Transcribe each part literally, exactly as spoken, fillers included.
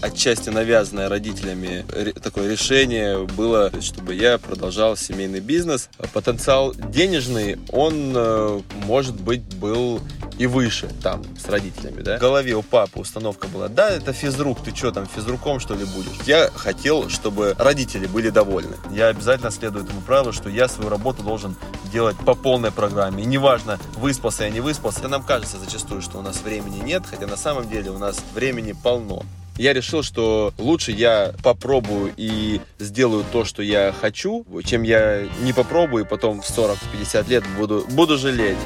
отчасти навязанное родителями такое решение было, чтобы я продолжал семейный бизнес. Потенциал денежный, он, может быть, был и выше там с родителями, да. В голове у папы установка была: да, это физрук, ты что там, физруком что ли будешь? Я хотел, чтобы родители были довольны. Я обязательно следую этому правилу, что я свою работу должен делать по полной программе. И неважно, выспался я, не выспался. Нам кажется зачастую, что у нас времени нет, хотя на самом деле у нас времени полно. Я решил, что лучше я попробую и сделаю то, что я хочу, чем я не попробую и потом в сорок-пятьдесят лет буду, буду жалеть.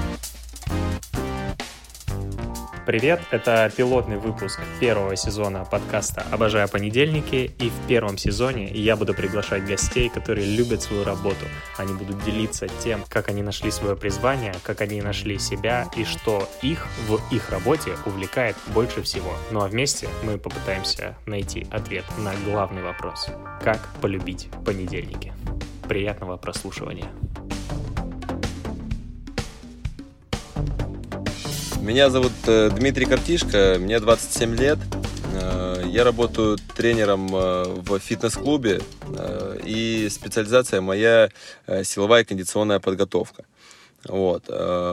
Привет, это пилотный выпуск первого сезона подкаста «Обожаю понедельники», и в первом сезоне я буду приглашать гостей, которые любят свою работу. Они будут делиться тем, как они нашли свое призвание, как они нашли себя и что их в их работе увлекает больше всего. Ну а вместе мы попытаемся найти ответ на главный вопрос: как полюбить понедельники. Приятного прослушивания. Меня зовут Дмитрий Картишко, мне двадцать семь лет. Я работаю тренером в фитнес-клубе, и специализация моя силовая и кондиционная подготовка. Вот.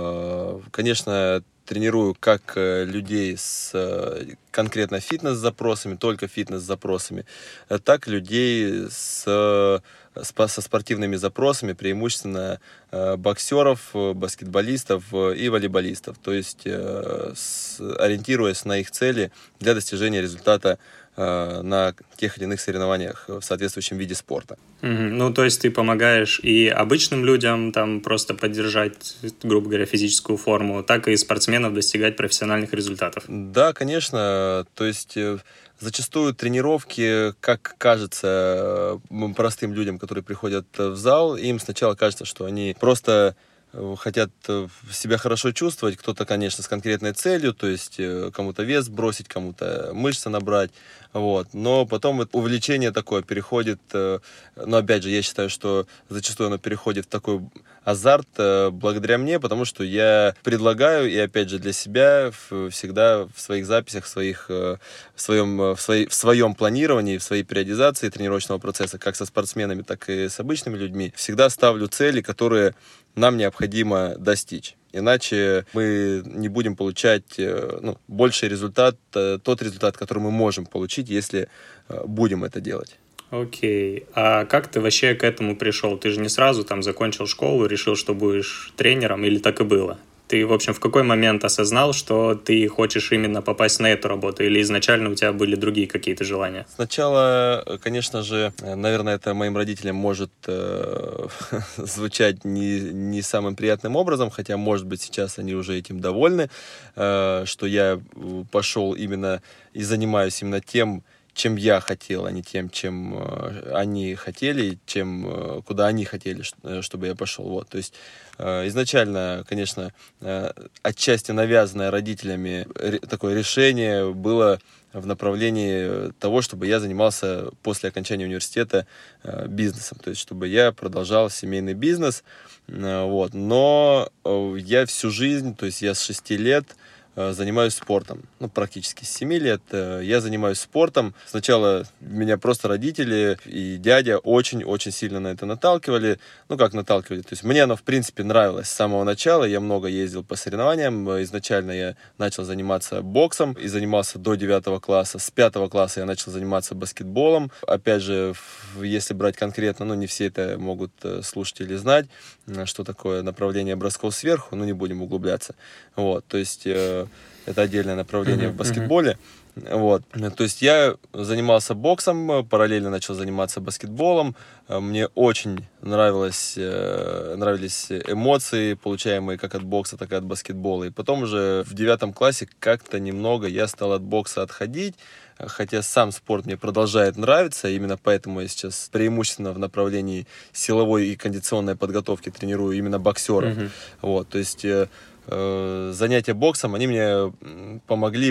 Конечно, тренирую как людей с конкретно фитнес-запросами, только фитнес-запросами, так и людей с, со спортивными запросами, преимущественно боксеров, баскетболистов и волейболистов. То есть с, ориентируясь на их цели для достижения результата на тех или иных соревнованиях в соответствующем виде спорта. Mm-hmm. Ну, то есть ты помогаешь и обычным людям там просто поддержать, грубо говоря, физическую форму, так и спортсменов достигать профессиональных результатов. Да, конечно. То есть зачастую тренировки, как кажется простым людям, которые приходят в зал, им сначала кажется, что они просто хотят себя хорошо чувствовать, кто-то, конечно, с конкретной целью, то есть кому-то вес сбросить, кому-то мышцы набрать, вот. Но потом это увлечение такое переходит, но опять же, я считаю, что зачастую оно переходит в такой азарт благодаря мне, потому что я предлагаю, и опять же для себя всегда в своих записях, в, своих, в, своем, в, своей, в своем планировании, в своей периодизации тренировочного процесса, как со спортсменами, так и с обычными людьми, всегда ставлю цели, которые нам необходимо достичь. Иначе мы не будем получать ну, больший результат, тот результат, который мы можем получить, если будем это делать. Окей. А как ты вообще к этому пришел? Ты же не сразу там закончил школу, решил, что будешь тренером, или так и было? Ты, в общем, в какой момент осознал, что ты хочешь именно попасть на эту работу, или изначально у тебя были другие какие-то желания? Сначала, конечно же, наверное, это моим родителям может э, звучать не, не самым приятным образом, хотя, может быть, сейчас они уже этим довольны, э, что я пошел именно и занимаюсь именно тем, чем я хотел, а не тем, чем э, они хотели, чем, э, куда они хотели, чтобы я пошел. Вот. То есть э, изначально, конечно, э, отчасти навязанное родителями ре, такое решение было в направлении того, чтобы я занимался после окончания университета э, бизнесом, то есть чтобы я продолжал семейный бизнес. Э, вот. Но э, я всю жизнь, то есть я с шести лет, занимаюсь спортом, ну, практически с семи лет я занимаюсь спортом. Сначала меня просто родители и дядя очень-очень сильно на это наталкивали. Ну, как наталкивали, то есть мне оно, в принципе, нравилось с самого начала. Я много ездил по соревнованиям. Изначально я начал заниматься боксом и занимался до девятого класса. С пятого класса я начал заниматься баскетболом. Опять же, если брать конкретно, ну, не все это могут слушатели знать, что такое направление бросков сверху, ну, не будем углубляться. Вот, то есть это отдельное направление uh-huh, в баскетболе. Uh-huh. Вот. То есть я занимался боксом, параллельно начал заниматься баскетболом. Мне очень нравилось, нравились эмоции, получаемые как от бокса, так и от баскетбола. И потом уже в девятом классе как-то немного я стал от бокса отходить. Хотя сам спорт мне продолжает нравиться, именно поэтому я сейчас преимущественно в направлении силовой и кондиционной подготовки тренирую именно боксеров. Uh-huh. Вот, то есть занятия боксом, они мне помогли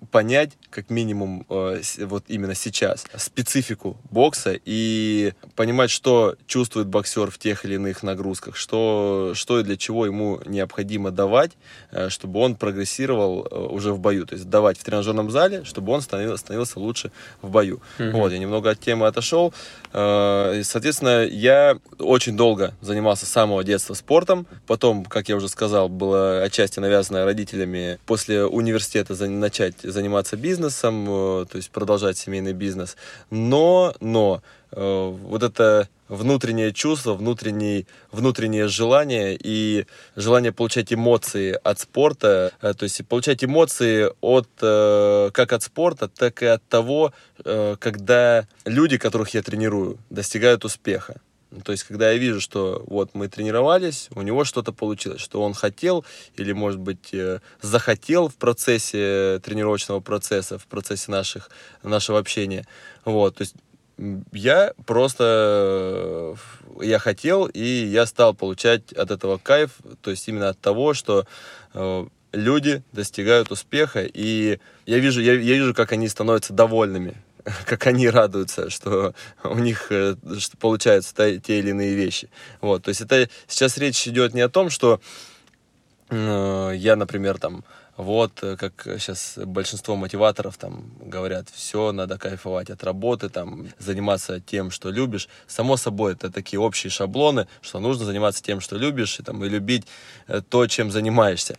понять, как минимум, э, с, вот именно сейчас, специфику бокса и понимать, что чувствует боксер в тех или иных нагрузках, что, что и для чего ему необходимо давать, э, чтобы он прогрессировал э, уже в бою. То есть давать в тренажерном зале, чтобы он становился, становился лучше в бою. Mm-hmm. Вот, я немного от темы отошел. Э, соответственно, я очень долго занимался с самого детства спортом. Потом, как я уже сказал, было отчасти навязано родителями после университета за, начать заниматься бизнесом, э, то есть продолжать семейный бизнес. Но, но э, вот это внутреннее чувство, внутренний, внутреннее желание и желание получать эмоции от спорта, э, то есть получать эмоции от, э, как от спорта, так и от того, э, когда люди, которых я тренирую, достигают успеха. То есть, когда я вижу, что вот мы тренировались, у него что-то получилось, что он хотел или, может быть, захотел в процессе тренировочного процесса, в процессе наших, нашего общения. Вот, то есть, я просто, я хотел, и я стал получать от этого кайф, то есть, именно от того, что люди достигают успеха, и я вижу, я, я вижу, как они становятся довольными, как они радуются, что у них что получаются те, те или иные вещи. Вот, то есть это сейчас речь идет не о том, что э, я, например, там, вот, как сейчас большинство мотиваторов там говорят, все, надо кайфовать от работы, там, заниматься тем, что любишь. Само собой, это такие общие шаблоны, что нужно заниматься тем, что любишь, и, там, и любить то, чем занимаешься.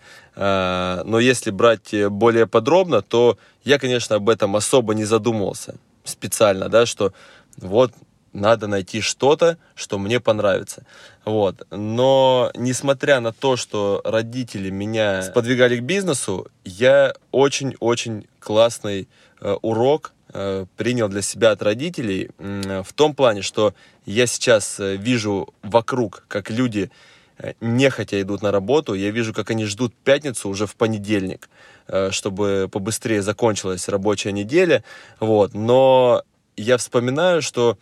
Но если брать более подробно, то я, конечно, об этом особо не задумывался специально, да, что вот надо найти что-то, что мне понравится. Вот. Но, несмотря на то, что родители меня сподвигали к бизнесу, я очень-очень классный э, урок э, принял для себя от родителей э, в том плане, что я сейчас э, вижу вокруг, как люди э, нехотя идут на работу, я вижу, как они ждут пятницу уже в понедельник, э, чтобы побыстрее закончилась рабочая неделя. Вот. Но я вспоминаю, что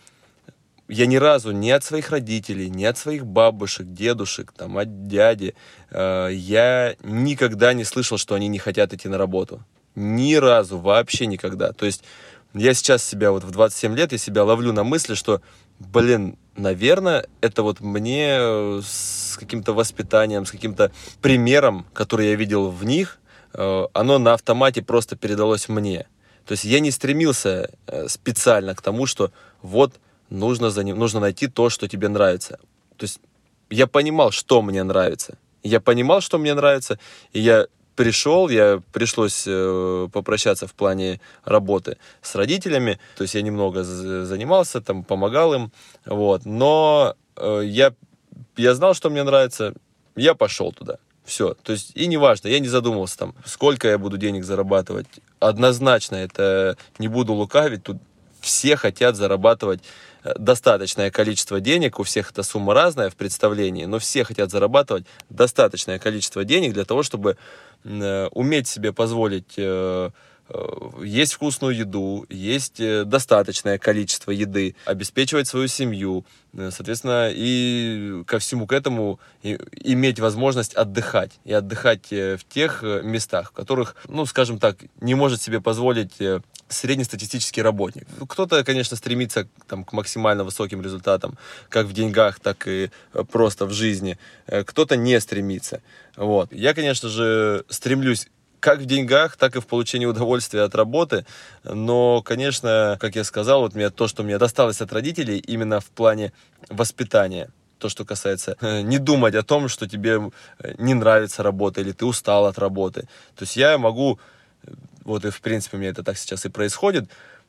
я ни разу ни от своих родителей, ни от своих бабушек, дедушек, там, от дяди, э, я никогда не слышал, что они не хотят идти на работу. Ни разу, вообще никогда. То есть я сейчас себя, вот в двадцать семь лет, я себя ловлю на мысли, что, блин, наверное, это вот мне с каким-то воспитанием, с каким-то примером, который я видел в них, э, оно на автомате просто передалось мне. То есть я не стремился э, специально к тому, что вот Нужно, за ним, нужно найти то, что тебе нравится. То есть я понимал, что мне нравится. Я понимал, что мне нравится, и я пришел, я пришлось э, попрощаться в плане работы с родителями. То есть я немного занимался, там, помогал им. Вот. Но э, я, я знал, что мне нравится, я пошел туда. Все. То есть и неважно, я не задумывался, там, сколько я буду денег зарабатывать. Однозначно, это не буду лукавить, тут все хотят зарабатывать достаточное количество денег, у всех эта сумма разная в представлении, но все хотят зарабатывать достаточное количество денег для того, чтобы э, уметь себе позволить э, э, есть вкусную еду, есть достаточное количество еды, обеспечивать свою семью, э, соответственно, и ко всему к этому и, иметь возможность отдыхать, и отдыхать в тех местах, в которых, ну, скажем так, не может себе позволить среднестатистический работник. Кто-то, конечно, стремится там, к максимально высоким результатам, как в деньгах, так и просто в жизни. Кто-то не стремится. Вот. Я, конечно же, стремлюсь как в деньгах, так и в получении удовольствия от работы. Но, конечно, как я сказал, вот мне, то, что мне досталось от родителей, именно в плане воспитания. То, что касается э, не думать о том, что тебе не нравится работа или ты устал от работы. То есть я могу... Вот и, в принципе, у меня это так сейчас и происходит.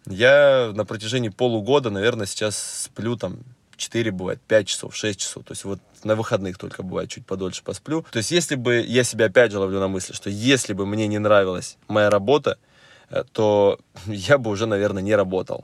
Я на протяжении полугода, наверное, сейчас сплю там четыре, бывает, пять часов, шесть часов. То есть вот на выходных только бывает чуть подольше посплю. То есть если бы, я себя опять же ловлю на мысли, что если бы мне не нравилась моя работа, то я бы уже, наверное, не работал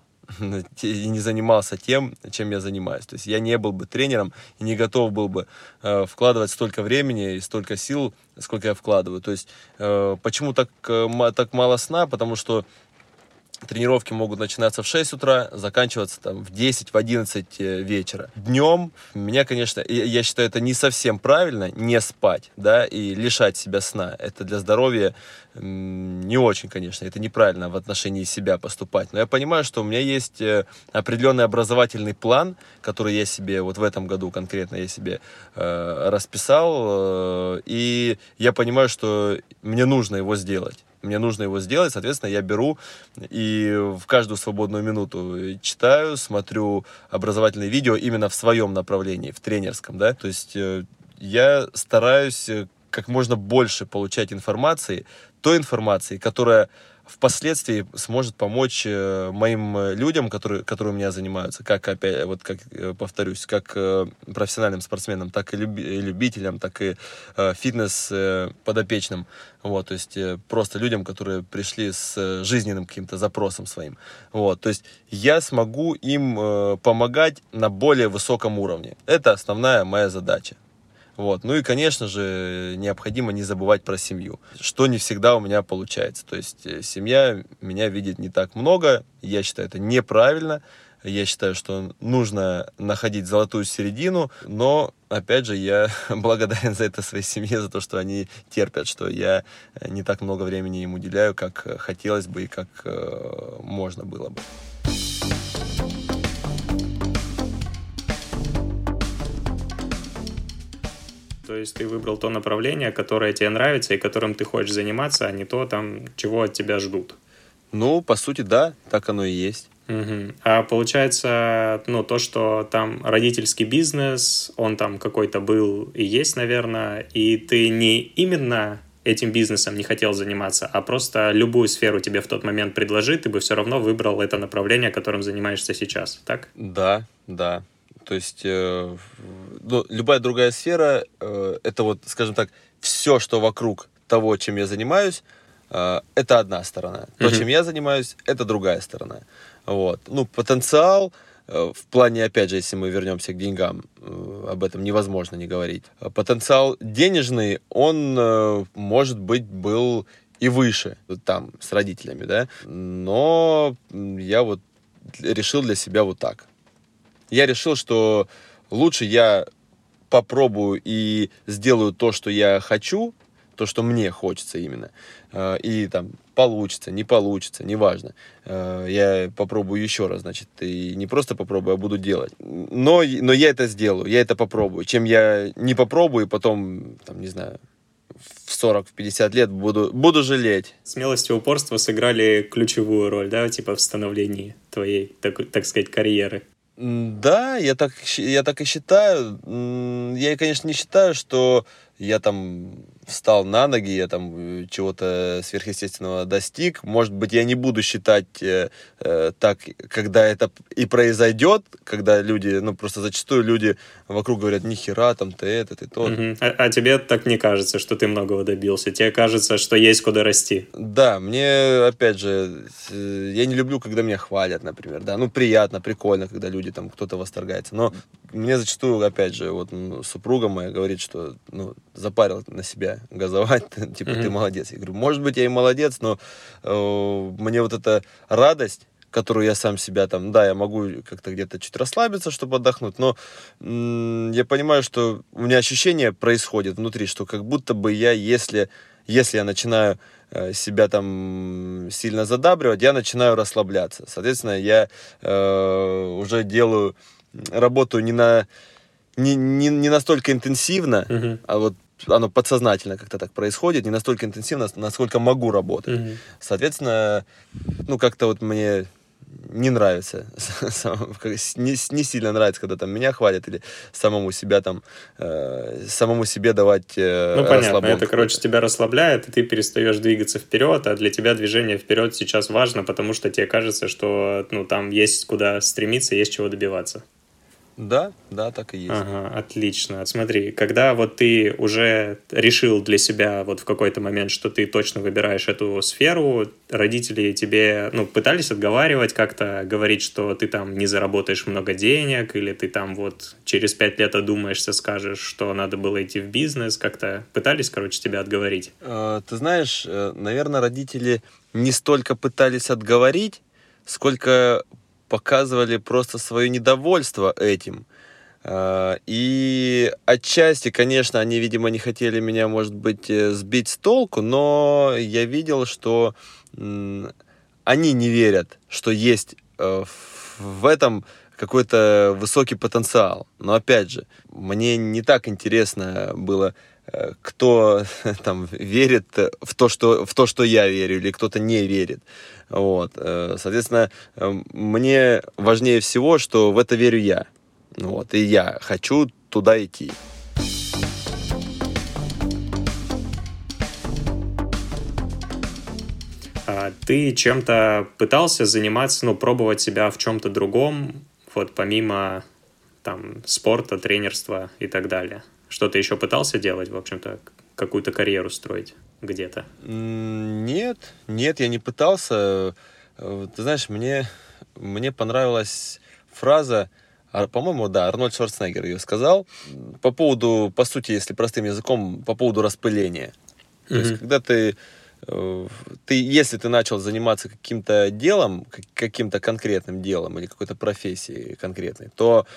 и не занимался тем, чем я занимаюсь. То есть я не был бы тренером и не готов был бы э, вкладывать столько времени и столько сил, сколько я вкладываю. То есть э, почему так, э, так мало сна? Потому что Тренировки могут начинаться в шесть утра, заканчиваться там в десять, в одиннадцать вечера. Днем меня, конечно, я считаю, это не совсем правильно, не спать, да, и лишать себя сна. Это для здоровья не очень, конечно, это неправильно в отношении себя поступать. Но я понимаю, что у меня есть определенный образовательный план, который я себе вот в этом году конкретно я себе э, расписал, э, и я понимаю, что мне нужно его сделать. Мне нужно его сделать, соответственно, я беру и в каждую свободную минуту читаю, смотрю образовательные видео именно в своем направлении, в тренерском, да, то есть э, я стараюсь как можно больше получать информации, той информации, которая впоследствии сможет помочь моим людям, которые, которые у меня занимаются, как, опять, вот как повторюсь, как профессиональным спортсменам, так и любителям, так и фитнес-подопечным. Вот, то есть просто людям, которые пришли с жизненным каким-то запросом своим. Вот, то есть я смогу им помогать на более высоком уровне. Это основная моя задача. Вот. Ну и, конечно же, необходимо не забывать про семью, что не всегда у меня получается. То есть семья меня видит не так много, я считаю это неправильно, я считаю, что нужно находить золотую середину, но, опять же, я благодарен за это своей семье, за то, что они терпят, что я не так много времени им уделяю, как хотелось бы и как э, можно было бы. То есть ты выбрал то направление, которое тебе нравится и которым ты хочешь заниматься, а не то, там, чего от тебя ждут. Ну, по сути, да, так оно и есть. Угу. А получается, ну, то, что там родительский бизнес, он там какой-то был и есть, наверное, и ты не именно этим бизнесом не хотел заниматься, а просто любую сферу тебе в тот момент предложи, ты бы все равно выбрал это направление, которым занимаешься сейчас, так? Да, да. То есть э, ну, любая другая сфера, э, это вот, скажем так, все, что вокруг того, чем я занимаюсь, э, это одна сторона. То, mm-hmm. чем я занимаюсь, это другая сторона. Вот. Ну, потенциал, э, в плане, опять же, если мы вернемся к деньгам, э, об этом невозможно не говорить. Потенциал денежный, он, э, может быть, был и выше, там, с родителями, да, но я вот решил для себя вот так. Я решил, что лучше я попробую и сделаю то, что я хочу, то, что мне хочется именно. И там получится, не получится, неважно. Я попробую еще раз, значит, и не просто попробую, а буду делать. Но, но я это сделаю, я это попробую. Чем я не попробую, и потом, там, не знаю, в сорок-пятьдесят лет буду, буду жалеть. Смелость и упорство сыграли ключевую роль, да, типа в становлении твоей, так, так сказать, карьеры. Да, я так, я так и считаю. Я, конечно, не считаю, что я там встал на ноги, я там чего-то сверхъестественного достиг. Может быть, я не буду считать э, э, так, когда это и произойдет, когда люди, ну, просто зачастую люди вокруг говорят, нихера, там, ты это, ты то. Uh-huh. А, а тебе так не кажется, что ты многого добился? Тебе кажется, что есть куда расти? Да, мне, опять же, я не люблю, когда меня хвалят, например, да, ну, приятно, прикольно, когда люди, там, кто-то восторгается, но мне зачастую, опять же, вот, ну, супруга моя говорит, что, ну, запарил на себя газовать, типа, mm-hmm. ты молодец. Я говорю, может быть, я и молодец, но э, мне вот эта радость, которую я сам себя там, да, я могу как-то где-то чуть расслабиться, чтобы отдохнуть, но м- я понимаю, что у меня ощущение происходит внутри, что как будто бы я, если, если я начинаю э, себя там сильно задабривать, я начинаю расслабляться. Соответственно, я э, уже делаю, работаю не на не, не, не настолько интенсивно, mm-hmm. а вот оно подсознательно как-то так происходит, не настолько интенсивно, насколько могу работать. Mm-hmm. Соответственно, ну, как-то вот мне не нравится, не, не сильно нравится, когда там меня хвалят или самому себя там, э, самому себе давать э, ну, понятно, это, короче, тебя расслабляет, и ты перестаешь двигаться вперед, а для тебя движение вперед сейчас важно, потому что тебе кажется, что, ну, там есть куда стремиться, есть чего добиваться. Да, да, так и есть. Ага, отлично. Смотри, когда вот ты уже решил для себя вот в какой-то момент, что ты точно выбираешь эту сферу, родители тебе, ну, пытались отговаривать как-то, говорить, что ты там не заработаешь много денег, или ты там вот через пять лет одумаешься, скажешь, что надо было идти в бизнес, как-то пытались, короче, тебя отговорить? Ты знаешь, наверное, родители не столько пытались отговорить, сколько показывали просто свое недовольство этим. И отчасти, конечно, они, видимо, не хотели меня, может быть, сбить с толку, но я видел, что они не верят, что есть в этом какой-то высокий потенциал. Но, опять же, мне не так интересно было, кто там верит в то, что, в то, что я верю, или кто-то не верит. Вот. Соответственно, мне важнее всего, что в это верю я. Вот, и я хочу туда идти. А ты чем-то пытался заниматься, ну, пробовать себя в чем-то другом, вот помимо там спорта, тренерства и так далее? Что-то еще пытался делать, в общем-то, какую-то карьеру строить где-то? Нет, нет, я не пытался. Ты знаешь, мне, мне понравилась фраза, по-моему, да, Арнольд Шварценеггер ее сказал, по поводу, по сути, если простым языком, по поводу распыления. Mm-hmm. То есть, когда ты, ты, если ты начал заниматься каким-то делом, каким-то конкретным делом или какой-то профессией конкретной, то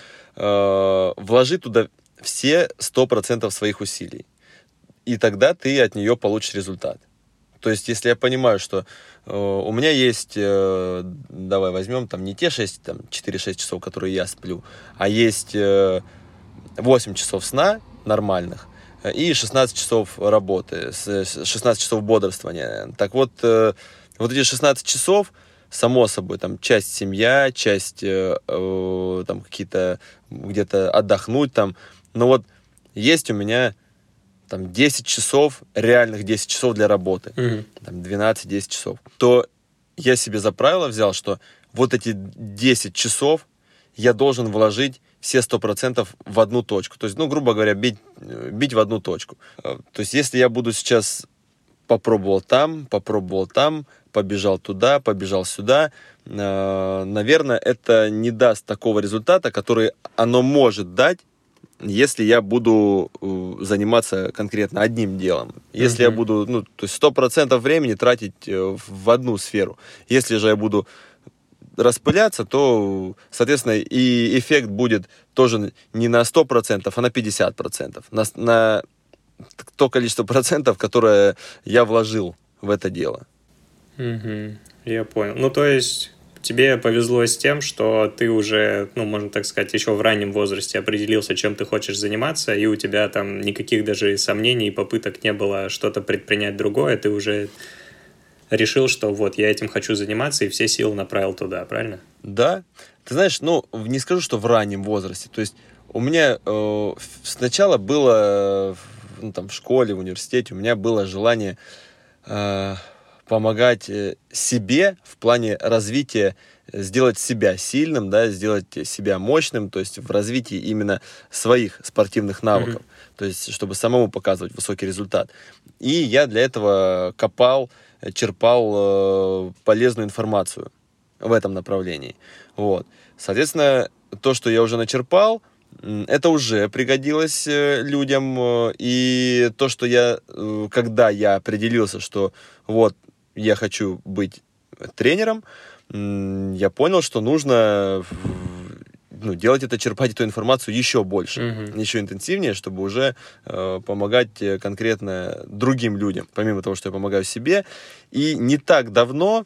э, вложи туда все сто процентов своих усилий. И тогда ты от нее получишь результат. То есть, если я понимаю, что э, у меня есть, э, давай возьмем, там, не те шесть, там, четыре-шесть часов, которые я сплю, а есть э, восемь часов сна нормальных и шестнадцать часов работы, шестнадцать часов бодрствования. Так вот, э, вот эти шестнадцать часов, само собой, там, часть семья, часть э, э, там, какие-то, где-то отдохнуть, там, но вот есть у меня там десять часов, реальных десять часов для работы, mm-hmm. там двенадцать-десять часов, то я себе за правило взял, что вот эти десять часов я должен вложить все сто процентов в одну точку. То есть, ну, грубо говоря, бить, бить в одну точку. То есть, если я буду сейчас попробовал там, попробовал там, побежал туда, побежал сюда, наверное, это не даст такого результата, который оно может дать, если я буду заниматься конкретно одним делом. Если mm-hmm. я буду, ну, то есть сто процентов времени тратить в одну сферу. Если же я буду распыляться, то, соответственно, и эффект будет тоже не на сто процентов, а на пятьдесят процентов. На, на то количество процентов, которое я вложил в это дело. Mm-hmm. Я понял. Ну, то есть... Тебе повезло с тем, что ты уже, ну, можно так сказать, еще в раннем возрасте определился, чем ты хочешь заниматься, и у тебя там никаких даже сомнений и попыток не было что-то предпринять другое, ты уже решил, что вот, я этим хочу заниматься, и все силы направил туда, правильно? Да. Ты знаешь, ну, не скажу, что в раннем возрасте, то есть у меня э, сначала было, ну, там, в школе, в университете, у меня было желание... Э, помогать себе в плане развития, сделать себя сильным, да, сделать себя мощным, то есть в развитии именно своих спортивных навыков, mm-hmm. то есть чтобы самому показывать высокий результат. И я для этого копал, черпал э, полезную информацию в этом направлении. Вот. Соответственно, то, что я уже начерпал, это уже пригодилось людям. И то, что я, когда я определился, что вот, я хочу быть тренером, я понял, что нужно, ну, делать это, черпать эту информацию еще больше, mm-hmm. еще интенсивнее, чтобы уже э, помогать конкретно другим людям, помимо того, что я помогаю себе. И не так давно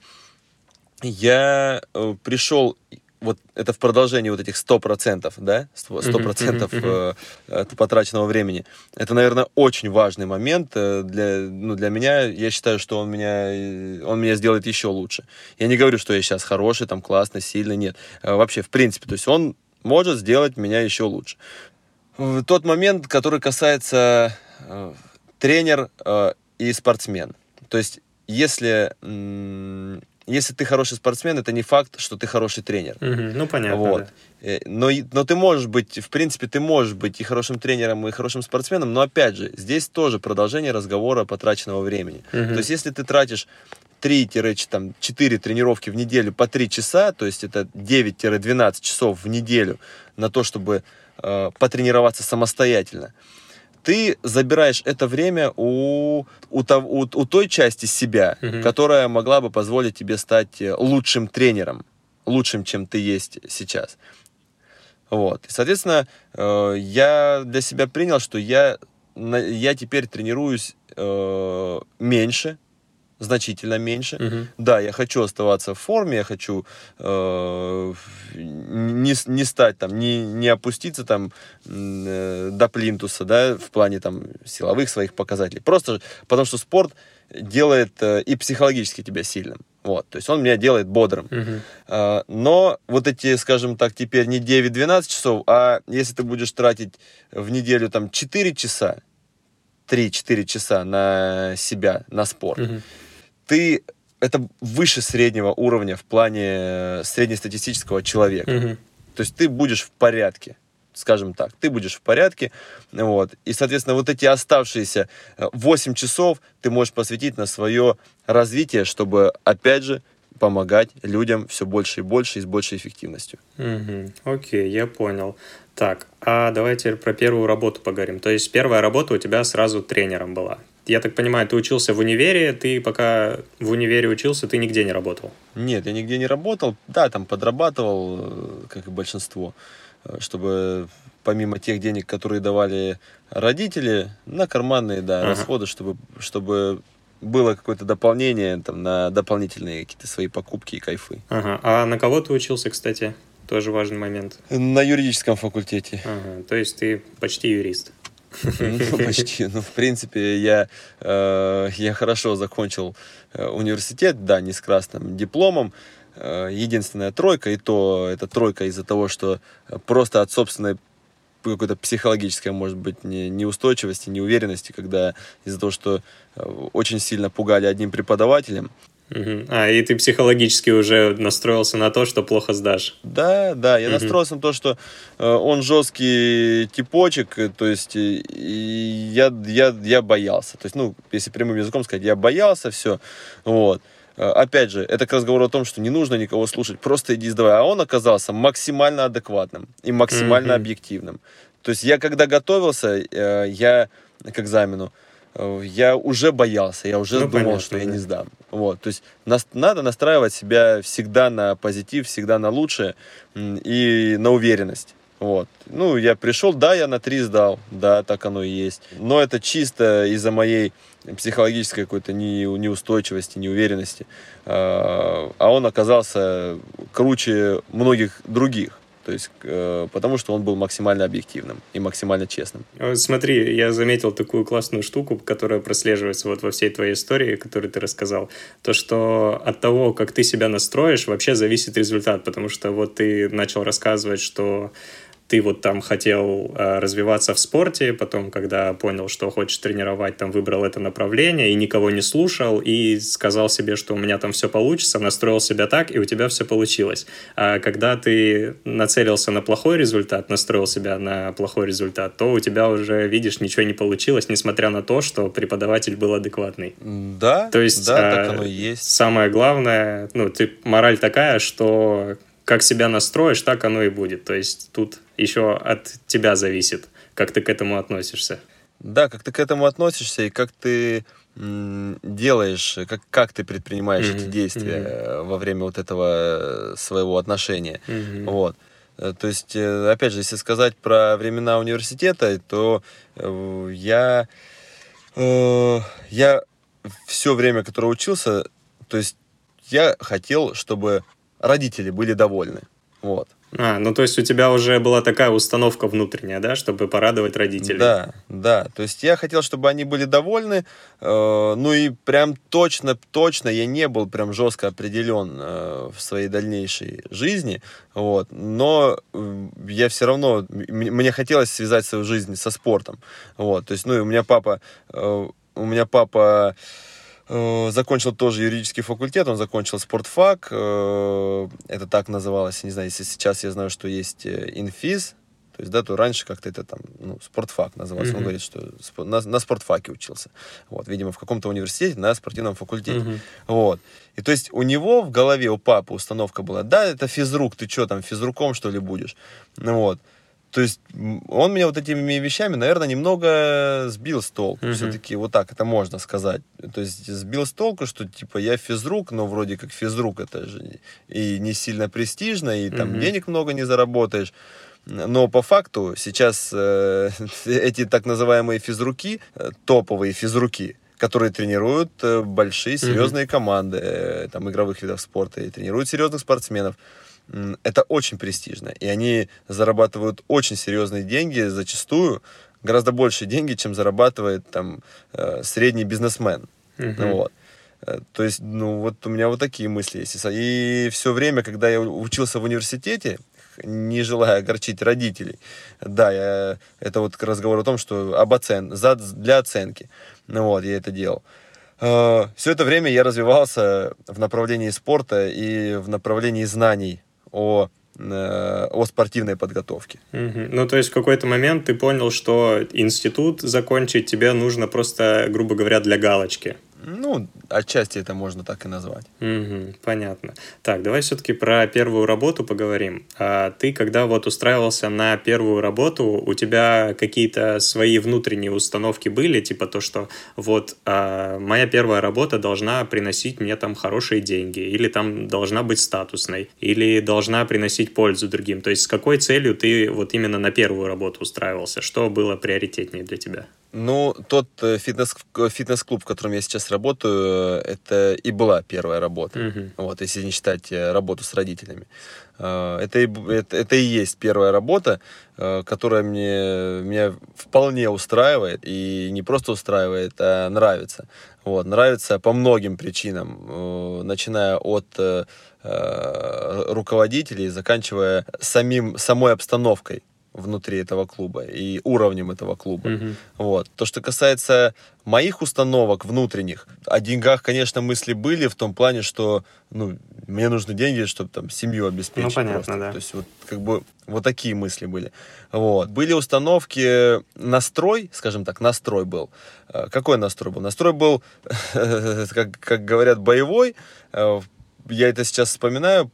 я э, пришел, вот это в продолжении вот этих сто процентов, да, сто процентов mm-hmm. э, потраченного времени. Это, наверное, очень важный момент для, ну, для меня. Я считаю, что он меня, он меня сделает еще лучше. Я не говорю, что я сейчас хороший, там, классный, сильный, нет. Вообще, в принципе, то есть он может сделать меня еще лучше. Тот момент, который касается э, тренер э, и спортсмен. То есть, если... М- Если ты хороший спортсмен, это не факт, что ты хороший тренер. Mm-hmm. Ну, понятно, вот. Да. Но, но ты можешь быть, в принципе, ты можешь быть и хорошим тренером, и хорошим спортсменом, но, опять же, здесь тоже продолжение разговора потраченного времени. Mm-hmm. То есть, если ты тратишь три-четыре тренировки в неделю по три часа, то есть это девять-двенадцать часов в неделю на то, чтобы э, потренироваться самостоятельно, ты забираешь это время у, у, у, у той части себя, mm-hmm. которая могла бы позволить тебе стать лучшим тренером. лучшим, чем ты есть сейчас. Вот. И, соответственно, э, я для себя принял, что я, я теперь тренируюсь э, меньше, значительно меньше. Uh-huh. Да, я хочу оставаться в форме, я хочу э, не, не стать там, не, не опуститься там э, до плинтуса, да, в плане там силовых своих показателей. Просто потому что спорт делает э, и психологически тебя сильным. Вот, то есть он меня делает бодрым. Uh-huh. Э, но вот эти, скажем так, теперь не девять-двенадцать часов, а если ты будешь тратить в неделю там четыре часа, три-четыре часа на себя, на спорт, uh-huh. ты, это выше среднего уровня в плане среднестатистического человека. Uh-huh. То есть ты будешь в порядке, скажем так, ты будешь в порядке, вот, и, соответственно, вот эти оставшиеся восемь часов ты можешь посвятить на свое развитие, чтобы, опять же, помогать людям все больше и больше и с большей эффективностью. Uh-huh. Окей, я понял. Так, а давайте про первую работу поговорим. То есть первая работа у тебя сразу тренером была. Я так понимаю, ты учился в универе, ты пока в универе учился, ты нигде не работал? Нет, я нигде не работал. Да, там подрабатывал, как и большинство, чтобы помимо тех денег, которые давали родители, на карманные, да, ага. расходы, чтобы, чтобы было какое-то дополнение там, на дополнительные какие-то свои покупки и кайфы. Ага. А на кого ты учился, кстати? Тоже важный момент. На юридическом факультете. Ага. То есть ты почти юрист. Ну, почти. Ну, в принципе, я, э, я хорошо закончил университет, да, не с красным дипломом. Э, единственная тройка, и то это тройка из-за того, что просто от собственной какой-то психологической, может быть, не, неустойчивости, неуверенности, когда из-за того, что очень сильно пугали одним преподавателем. Uh-huh. А, и ты психологически уже настроился на то, что плохо сдашь. Да, да, я uh-huh. настроился на то, что э, он жесткий типочек, то есть и я, я, я боялся. То есть, ну, если прямым языком сказать, я боялся, все, вот. Опять же, это к разговору о том, что не нужно никого слушать, просто иди сдавай. А он оказался максимально адекватным и максимально uh-huh. объективным. То есть я когда готовился, э, я к экзамену, я уже боялся, я уже ну, думал, понятно, что я да. не сдам. Вот, то есть нас, надо настраивать себя всегда на позитив, всегда на лучшее и на уверенность. Вот. Ну, я пришел, да, я на три сдал, да, так оно и есть. Но это чисто из-за моей психологической какой-то не, неустойчивости, неуверенности. А он оказался круче многих других. То есть, э, потому что он был максимально объективным и максимально честным. Смотри, я заметил такую классную штуку, которая прослеживается вот во всей твоей истории, которую ты рассказал. То, что от того, как ты себя настроишь, вообще зависит результат. Потому что вот ты начал рассказывать, что ты вот там хотел э, развиваться в спорте, потом, когда понял, что хочешь тренировать, там выбрал это направление и никого не слушал, и сказал себе, что у меня там все получится, настроил себя так, и у тебя все получилось. А когда ты нацелился на плохой результат, настроил себя на плохой результат, то у тебя уже, видишь, ничего не получилось, несмотря на то, что преподаватель был адекватный. Да, то есть, да, а, так оно и есть. Самое главное, ну, ты, мораль такая, что как себя настроишь, так оно и будет. То есть тут еще от тебя зависит, как ты к этому относишься. Да, как ты к этому относишься и как ты м, делаешь, как, как ты предпринимаешь mm-hmm. эти действия mm-hmm. во время вот этого своего отношения. Mm-hmm. Вот. То есть, опять же, если сказать про времена университета, то я, я все время, которое учился, то есть я хотел, чтобы родители были довольны. Вот. А, ну то есть у тебя уже была такая установка внутренняя, да, чтобы порадовать родителей? Да, да. То есть я хотел, чтобы они были довольны. Э, ну и прям точно, точно я не был прям жестко определен э, в своей дальнейшей жизни. Вот. Но я все равно, мне хотелось связать свою жизнь со спортом. Вот. То есть, ну и у меня папа, э, у меня папа закончил тоже юридический факультет, он закончил спортфак, это так называлось, не знаю, если сейчас я знаю, что есть инфиз, то есть, да, то раньше как-то это там, ну, спортфак назывался, mm-hmm. он говорит, что на, на спортфаке учился, вот, видимо, в каком-то университете на спортивном факультете, mm-hmm. вот, и то есть у него в голове, у папы установка была, да, это физрук, ты что там, физруком, что ли, будешь, ну, вот, То есть он меня вот этими вещами, наверное, немного сбил с толку. Mm-hmm. Все-таки вот так это можно сказать. То есть сбил с толку, что типа я физрук, но вроде как физрук это же и не сильно престижно, и там mm-hmm. денег много не заработаешь. Но по факту сейчас э, эти так называемые физруки, э, топовые физруки, которые тренируют э, большие, серьезные mm-hmm. команды э, там, игровых видов спорта и тренируют серьезных спортсменов, э, это очень престижно. И они зарабатывают очень серьезные деньги, зачастую гораздо больше деньги, чем зарабатывает там, э, средний бизнесмен. Mm-hmm. Вот. То есть, ну, вот у меня вот такие мысли есть. И все время, когда я учился в университете, не желая огорчить родителей, да, я, это вот разговор о том, что об оцен, за, для оценки, ну вот, я это делал. Все это время я развивался в направлении спорта и в направлении знаний о о спортивной подготовке. Угу. Ну, то есть в какой-то момент ты понял, что институт закончить тебе нужно просто, грубо говоря, для галочки. Ну, отчасти это можно так и назвать. Угу, понятно. Так, давай все-таки про первую работу поговорим. А ты, когда вот устраивался на первую работу, у тебя какие-то свои внутренние установки были, типа то, что вот а, моя первая работа должна приносить мне там хорошие деньги, или там должна быть статусной, или должна приносить пользу другим. То есть с какой целью ты вот именно на первую работу устраивался? Что было приоритетнее для тебя? Ну, тот фитнес, фитнес-клуб, в котором я сейчас работаю, это и была первая работа. Uh-huh. Вот, если не считать работу с родителями. Это и, это, это и есть первая работа, которая мне, меня вполне устраивает. И не просто устраивает, а нравится. Вот, нравится по многим причинам. Начиная от руководителей, заканчивая самим, самой обстановкой внутри этого клуба и уровнем этого клуба. Mm-hmm. Вот. То, что касается моих установок внутренних, о деньгах, конечно, мысли были в том плане, что ну, мне нужны деньги, чтобы там семью обеспечить. Ну, понятно, просто. Да. То есть вот как бы вот такие мысли были. Вот. Были установки, настрой, скажем так, настрой был. Какой настрой был? Настрой был, как, как говорят, боевой. Я это сейчас вспоминаю,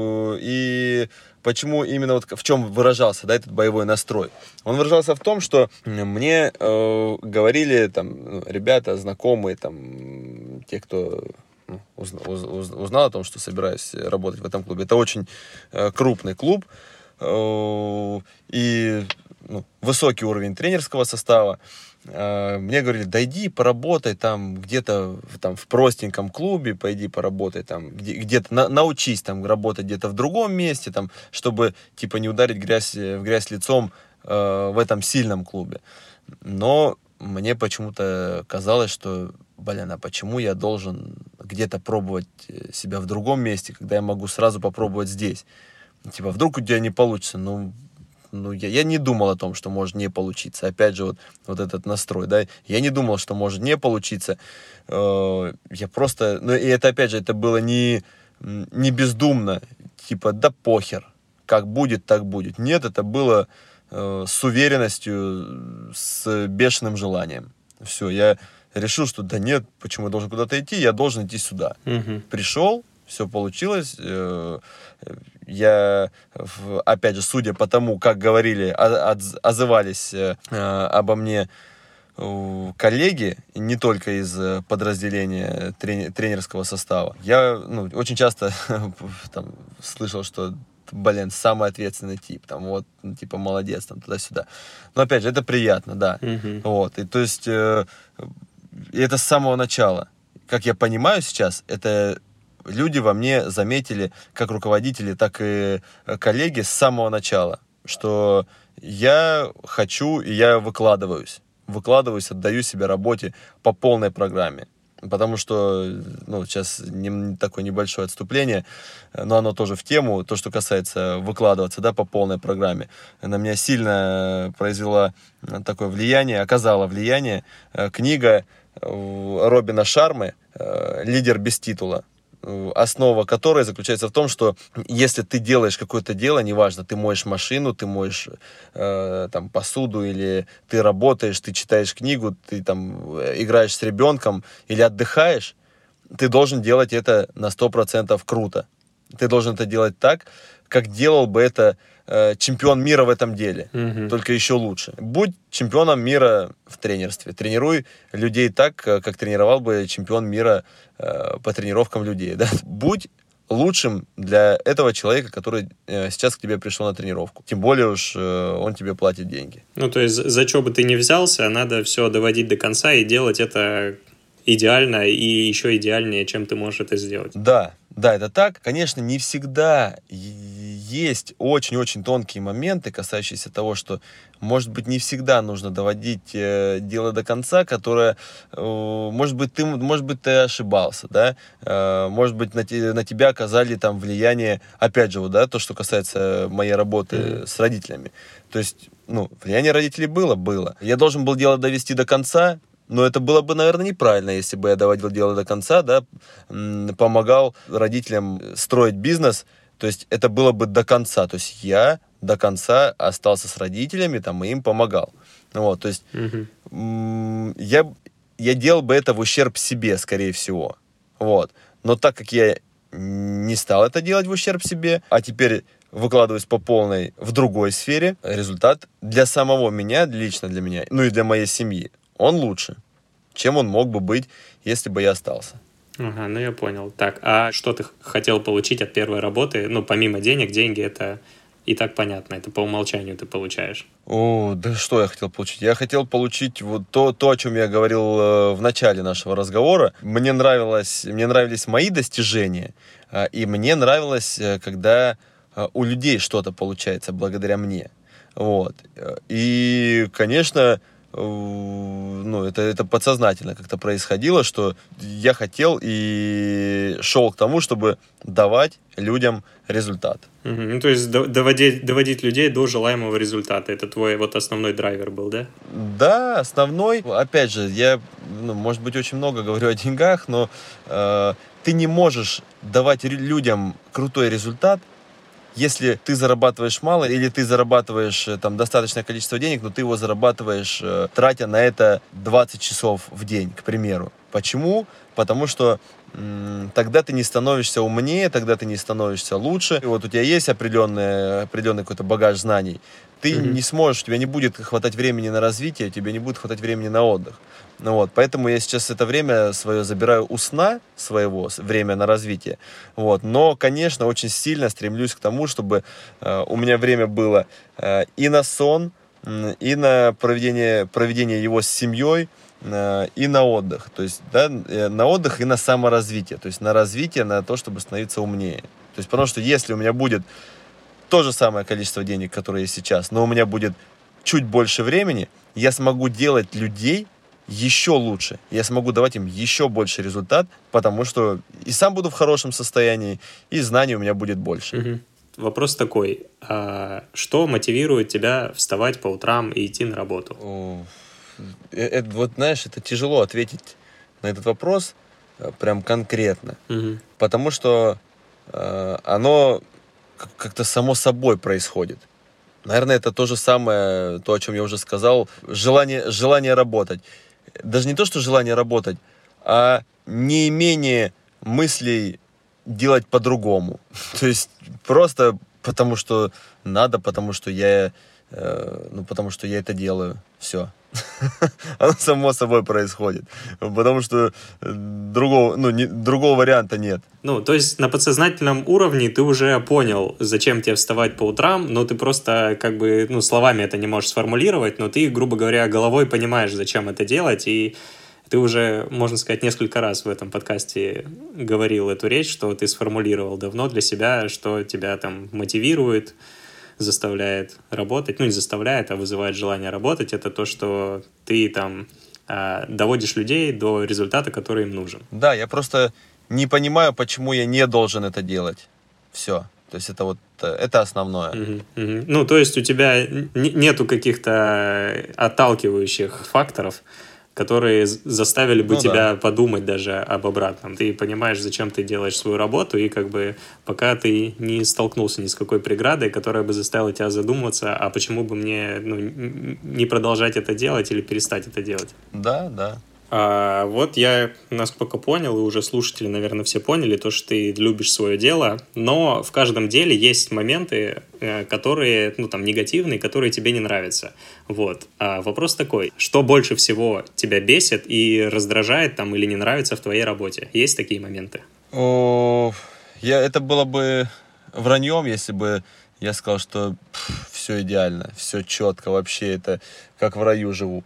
и почему именно вот в чем выражался, да, этот боевой настрой? Он выражался в том, что мне э, говорили там ребята, знакомые, там, те, кто ну, уз, уз, узнал о том, что собираюсь работать в этом клубе. Это очень э, крупный клуб э, и ну, высокий уровень тренерского состава. Мне говорили, да иди поработай там где-то там, в простеньком клубе, пойди поработай там, где- где-то на- научись там работать где-то в другом месте, там, чтобы типа не ударить грязь, в грязь лицом э, в этом сильном клубе. Но мне почему-то казалось, что, блин, а почему я должен где-то пробовать себя в другом месте, когда я могу сразу попробовать здесь? Типа, вдруг у тебя не получится, ну... Ну, я, я не думал о том, что может не получиться. Опять же, вот, вот этот настрой, да. Я не думал, что может не получиться. Э, я просто... Ну, и это, опять же, это было не, не бездумно. Типа, да похер. Как будет, так будет. Нет, это было э, с уверенностью, с бешеным желанием. Все, я решил, что да нет, почему я должен куда-то идти? Я должен идти сюда. Угу. Пришел, все получилось. Э, Я, опять же, судя по тому, как говорили, отзывались э, обо мне коллеги, не только из подразделения тренерского состава, я ну, очень часто там, слышал, что, блин, самый ответственный тип, там, вот, ну, типа, молодец, там, туда-сюда. Но, опять же, это приятно, да. Mm-hmm. Вот, и, то есть, э, это с самого начала. Как я понимаю сейчас, это... Люди во мне заметили, как руководители, так и коллеги с самого начала, что я хочу и я выкладываюсь. Выкладываюсь, отдаю себя работе по полной программе. Потому что, ну, сейчас не, такое небольшое отступление, но оно тоже в тему, то, что касается выкладываться, да, по полной программе. На меня сильно произвела такое влияние, оказала влияние книга Робина Шармы «Лидер без титула», основа которой заключается в том, что если ты делаешь какое-то дело, неважно, ты моешь машину, ты моешь э, там, посуду, или ты работаешь, ты читаешь книгу, ты там играешь с ребенком или отдыхаешь, ты должен делать это на сто процентов круто. Ты должен это делать так, как делал бы это э, чемпион мира в этом деле, mm-hmm. только еще лучше. Будь чемпионом мира в тренерстве. Тренируй людей так, как тренировал бы чемпион мира э, по тренировкам людей. Да? Будь лучшим для этого человека, который э, сейчас к тебе пришел на тренировку. Тем более уж э, он тебе платит деньги. Ну, то есть, за что бы ты ни взялся, надо все доводить до конца и делать это идеально и еще идеальнее, чем ты можешь это сделать. Да, да, это так. Конечно, не всегда есть очень-очень тонкие моменты, касающиеся того, что, может быть, не всегда нужно доводить э, дело до конца, которое, э, может быть, ты, может быть, ты ошибался, да, э, может быть, на, те, на тебя оказали там влияние, опять же, вот, да, то, что касается моей работы mm-hmm. с родителями. То есть, ну, влияние родителей было, было. Я должен был дело довести до конца. Но это было бы, наверное, неправильно, если бы я доводил дело до конца, да, помогал родителям строить бизнес, то есть это было бы до конца, то есть я до конца остался с родителями, там, и им помогал. Вот, то есть mm-hmm. я, я делал бы это в ущерб себе, скорее всего. Вот. Но так как я не стал это делать в ущерб себе, а теперь выкладываюсь по полной в другой сфере, результат для самого меня, лично для меня, ну и для моей семьи, он лучше, чем он мог бы быть, если бы я остался. Ага, ну я понял. Так, а что ты хотел получить от первой работы? Ну, помимо денег, деньги — это и так понятно, это по умолчанию ты получаешь. О, да что я хотел получить? Я хотел получить вот то, то, о чем я говорил э, в начале нашего разговора. Мне нравилось, мне нравились мои достижения, э, и мне нравилось, э, когда э, у людей что-то получается благодаря мне. Вот. И, конечно, ну, это, это подсознательно как-то происходило, что я хотел и шел к тому, чтобы давать людям результат. Угу. Ну, то есть доводить, доводить людей до желаемого результата. Это твой вот основной драйвер был, да? Да, основной. Опять же, я, ну, может быть, очень много говорю о деньгах, но э, ты не можешь давать людям крутой результат, если ты зарабатываешь мало или ты зарабатываешь там достаточное количество денег, но ты его зарабатываешь, э, тратя на это двадцать часов в день, к примеру. Почему? Потому что м- тогда ты не становишься умнее, тогда ты не становишься лучше. И вот у тебя есть определенный, определенный какой-то багаж знаний. Ты mm-hmm. не сможешь, у тебя не будет хватать времени на развитие, у тебя не будет хватать времени на отдых. Ну вот, поэтому я сейчас это время свое забираю у сна своего, время на развитие. Вот. Но, конечно, очень сильно стремлюсь к тому, чтобы э, у меня время было э, и на сон, э, и на проведение, проведение его с семьей, э, и на отдых. То есть, да, э, на отдых и на саморазвитие. То есть на развитие, на то, чтобы становиться умнее. То есть, потому что если у меня будет то же самое количество денег, которое есть сейчас, но у меня будет чуть больше времени, я смогу делать людей еще лучше. Я смогу давать им еще больше результат, потому что и сам буду в хорошем состоянии, и знаний у меня будет больше. Угу. Вопрос такой. А что мотивирует тебя вставать по утрам и идти на работу? О, это, вот, знаешь, это тяжело ответить на этот вопрос прям конкретно. Угу. Потому что э, оно как-то само собой происходит. Наверное, это то же самое, то, о чем я уже сказал, желание, желание работать. Даже не то, что желание работать, а неимение мыслей делать по-другому. То есть просто потому, что надо, потому что я, э, ну, потому что я это делаю. Все. Оно само собой происходит. Потому что другого, ну, не, другого варианта нет. Ну, то есть на подсознательном уровне ты уже понял, зачем тебе вставать по утрам, но ты просто как бы, ну, словами это не можешь сформулировать, но ты, грубо говоря, головой понимаешь, зачем это делать, и ты уже, можно сказать, несколько раз в этом подкасте говорил эту речь, что ты сформулировал давно для себя, что тебя там мотивирует, заставляет работать, ну не заставляет, а вызывает желание работать, это то, что ты там э, доводишь людей до результата, который им нужен. Да, я просто не понимаю, почему я не должен это делать. Все. То есть это вот, это основное. Угу, угу. Ну, то есть у тебя нету каких-то отталкивающих факторов, которые заставили бы ну, тебя да. подумать даже об обратном. Ты понимаешь, зачем ты делаешь свою работу, и как бы пока ты не столкнулся ни с какой преградой, которая бы заставила тебя задуматься, а почему бы мне ну, не продолжать это делать или перестать это делать. Да, да. А, вот я, насколько понял, и уже слушатели, наверное, все поняли, то, что ты любишь свое дело, но в каждом деле есть моменты, которые, ну, там, негативные, которые тебе не нравятся. Вот. А вопрос такой, что больше всего тебя бесит и раздражает там или не нравится в твоей работе? Есть такие моменты? О, я, это было бы враньем, если бы я сказал, что пф, все идеально, все четко, вообще это как в раю живу.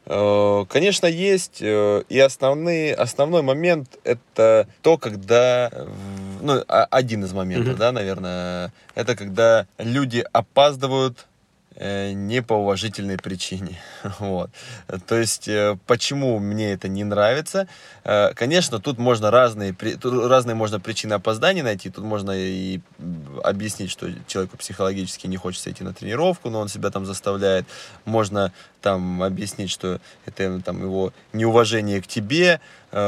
Конечно, есть, и основные, основной момент это то, когда, ну, один из моментов, mm-hmm. да, наверное, это когда люди опаздывают не по уважительной причине. Вот. То есть, почему мне это не нравится? Конечно, тут можно разные, тут разные можно причины опоздания найти. Тут можно и объяснить, что человеку психологически не хочется идти на тренировку, но он себя там заставляет. Можно там объяснить, что это там, его неуважение к тебе,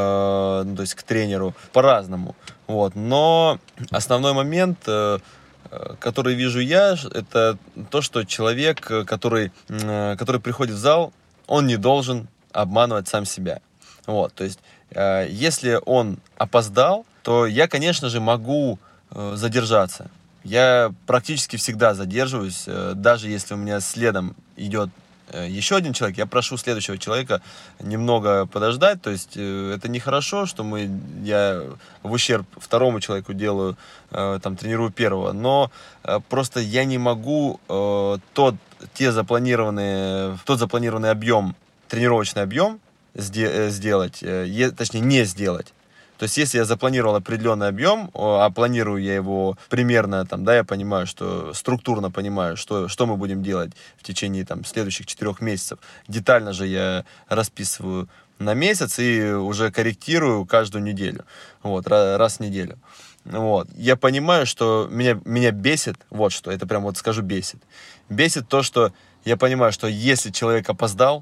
э, то есть к тренеру, по-разному. Вот. Но основной момент... Э, который вижу я, это то, что человек, который, который приходит в зал, он не должен обманывать сам себя. Вот, то есть, если он опоздал, то я, конечно же, могу задержаться. Я практически всегда задерживаюсь, даже если у меня следом идет еще один человек, я прошу следующего человека немного подождать, то есть это нехорошо, что мы, я в ущерб второму человеку делаю, там, тренирую первого, но просто я не могу тот, те запланированные, тот запланированный объем, тренировочный объем сделать, точнее не сделать. То есть, если я запланировал определенный объем, а планирую я его примерно, там, да, я понимаю, что структурно понимаю, что, что мы будем делать в течение там, следующих четырех месяцев. Детально же я расписываю на месяц и уже корректирую каждую неделю, вот, раз в неделю. Вот. Я понимаю, что меня, меня бесит, вот что, это прям вот скажу бесит. Бесит то, что я понимаю, что если человек опоздал,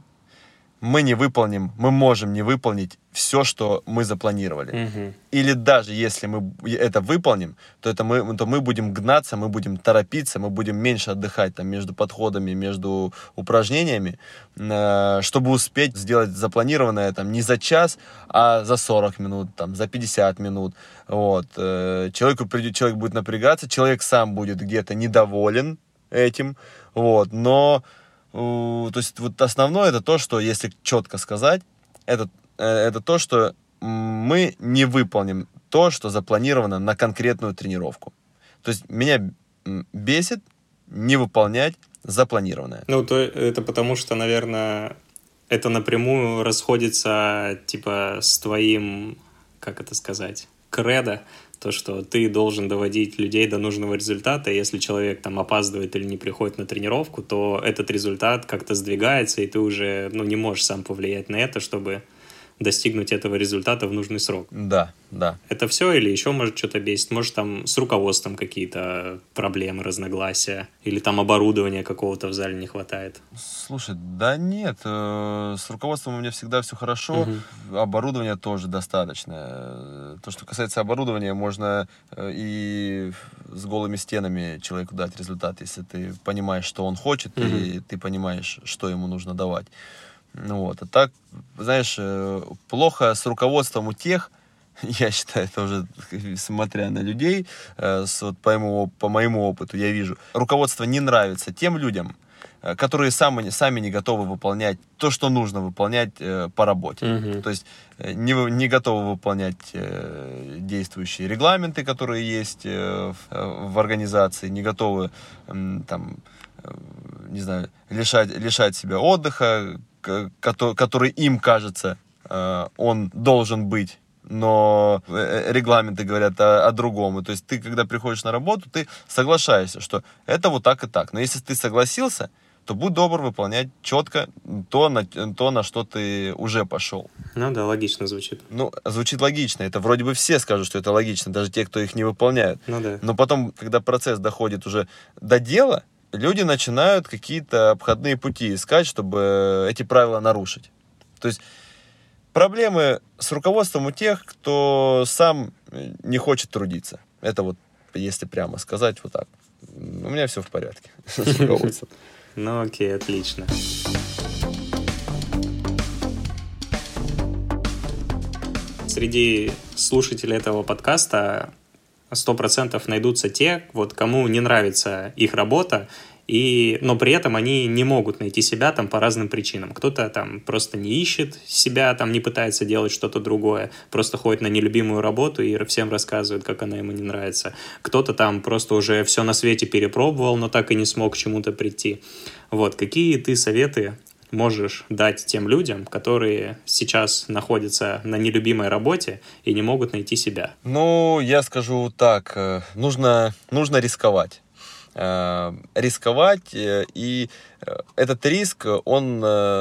мы не выполним, мы можем не выполнить все, что мы запланировали. Mm-hmm. Или даже если мы это выполним, то, это мы, то мы будем гнаться, мы будем торопиться, мы будем меньше отдыхать там, между подходами, между упражнениями, э, чтобы успеть сделать запланированное там, не за час, а за сорок минут, там, за пятьдесят минут. Вот. Э, человеку придет, человек будет напрягаться, человек сам будет где-то недоволен этим, вот, но... То есть вот основное это то, что, если четко сказать, это, это то, что мы не выполним то, что запланировано на конкретную тренировку. То есть меня бесит не выполнять запланированное. Ну, то это потому что, наверное, это напрямую расходится типа с твоим, как это сказать, кредо, то, что ты должен доводить людей до нужного результата, и если человек там опаздывает или не приходит на тренировку, то этот результат как-то сдвигается, и ты уже, ну, не можешь сам повлиять на это, чтобы достигнуть этого результата в нужный срок. Да, да. Это все или еще может что-то бесить? Может там с руководством какие-то проблемы, разногласия? Или там оборудования какого-то в зале не хватает? Слушай, да нет. С руководством у меня всегда все хорошо. Угу. Оборудования тоже достаточно. То, что касается оборудования, можно и с голыми стенами человеку дать результат, если ты понимаешь, что он хочет, угу. и ты понимаешь, что ему нужно давать. Ну вот, а так, знаешь, плохо с руководством у тех, я считаю, это уже смотря на людей, с, вот по, моему, по моему опыту я вижу, руководство не нравится тем людям, которые сами, сами не готовы выполнять то, что нужно выполнять по работе. Mm-hmm. То есть не, не готовы выполнять действующие регламенты, которые есть в, в организации, не готовы там, не знаю, лишать, лишать себя отдыха, который им кажется, он должен быть, но регламенты говорят о, о другом. То есть ты, когда приходишь на работу, ты соглашаешься, что это вот так и так. Но если ты согласился, то будь добр выполнять четко то, на, то, на что ты уже пошел. Ну да, логично звучит. Ну, звучит логично. Это вроде бы все скажут, что это логично, даже те, кто их не выполняют. Ну да. Но потом, когда процесс доходит уже до дела, люди начинают какие-то обходные пути искать, чтобы эти правила нарушить. То есть проблемы с руководством у тех, кто сам не хочет трудиться. Это вот, если прямо сказать, вот так. У меня все в порядке с руководством. Ну окей, отлично. среди слушателей этого подкаста сто процентов найдутся те, вот, кому не нравится их работа, и, но при этом они не могут найти себя там по разным причинам. Кто-то там просто не ищет себя, там не пытается делать что-то другое, просто ходит на нелюбимую работу и всем рассказывает, как она ему не нравится. Кто-то там просто уже все на свете перепробовал, но так и не смог к чему-то прийти. Вот, какие ты советы можешь дать тем людям, которые сейчас находятся на нелюбимой работе и не могут найти себя? Ну, я скажу так, нужно, нужно рисковать. Рисковать, и этот риск, он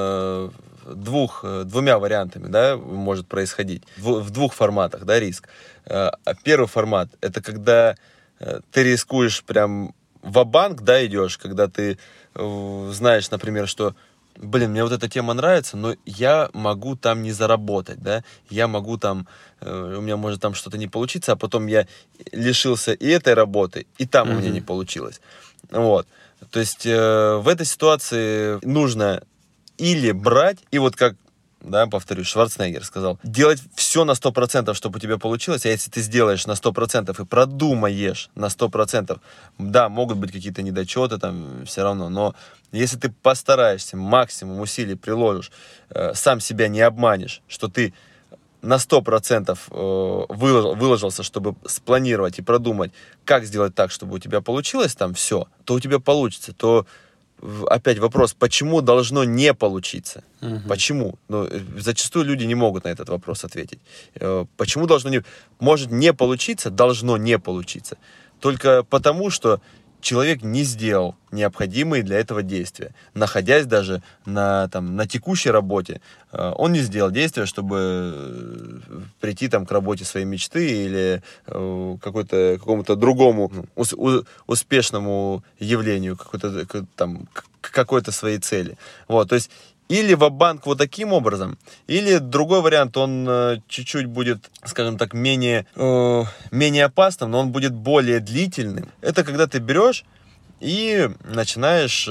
двух, двумя вариантами, да, может происходить, в, в двух форматах, да, риск. Первый формат — это когда ты рискуешь прям ва-банк, да, идешь, когда ты знаешь, например, что блин, мне вот эта тема нравится, но я могу там не заработать, да, я могу там, э, у меня может там что-то не получиться, а потом я лишился и этой работы, и там mm-hmm. у меня не получилось. Вот, то есть э, в этой ситуации нужно или брать, и вот как, да, повторюсь, Шварценеггер сказал, делать все на сто процентов, чтобы у тебя получилось, а если ты сделаешь на сто процентов и продумаешь на сто процентов, да, могут быть какие-то недочеты там все равно, но если ты постараешься, максимум усилий приложишь, э, сам себя не обманешь, что ты на сто процентов э, выложил, выложился, чтобы спланировать и продумать, как сделать так, чтобы у тебя получилось там все, то у тебя получится, то опять вопрос, почему должно не получиться? Uh-huh. Почему? Ну, зачастую люди не могут на этот вопрос ответить. Почему должно не... Может не получиться, должно не получиться. Только потому, что человек не сделал необходимые для этого действия. Находясь даже на, там, на текущей работе, он не сделал действия, чтобы прийти там, к работе своей мечты или какой-то, какому-то другому ус, успешному явлению, какой-то, там, к какой-то своей цели. Вот, то есть или ва-банк вот таким образом, или другой вариант, он э, чуть-чуть будет, скажем так, менее, э, менее опасным, но он будет более длительным. Это когда ты берешь и начинаешь э,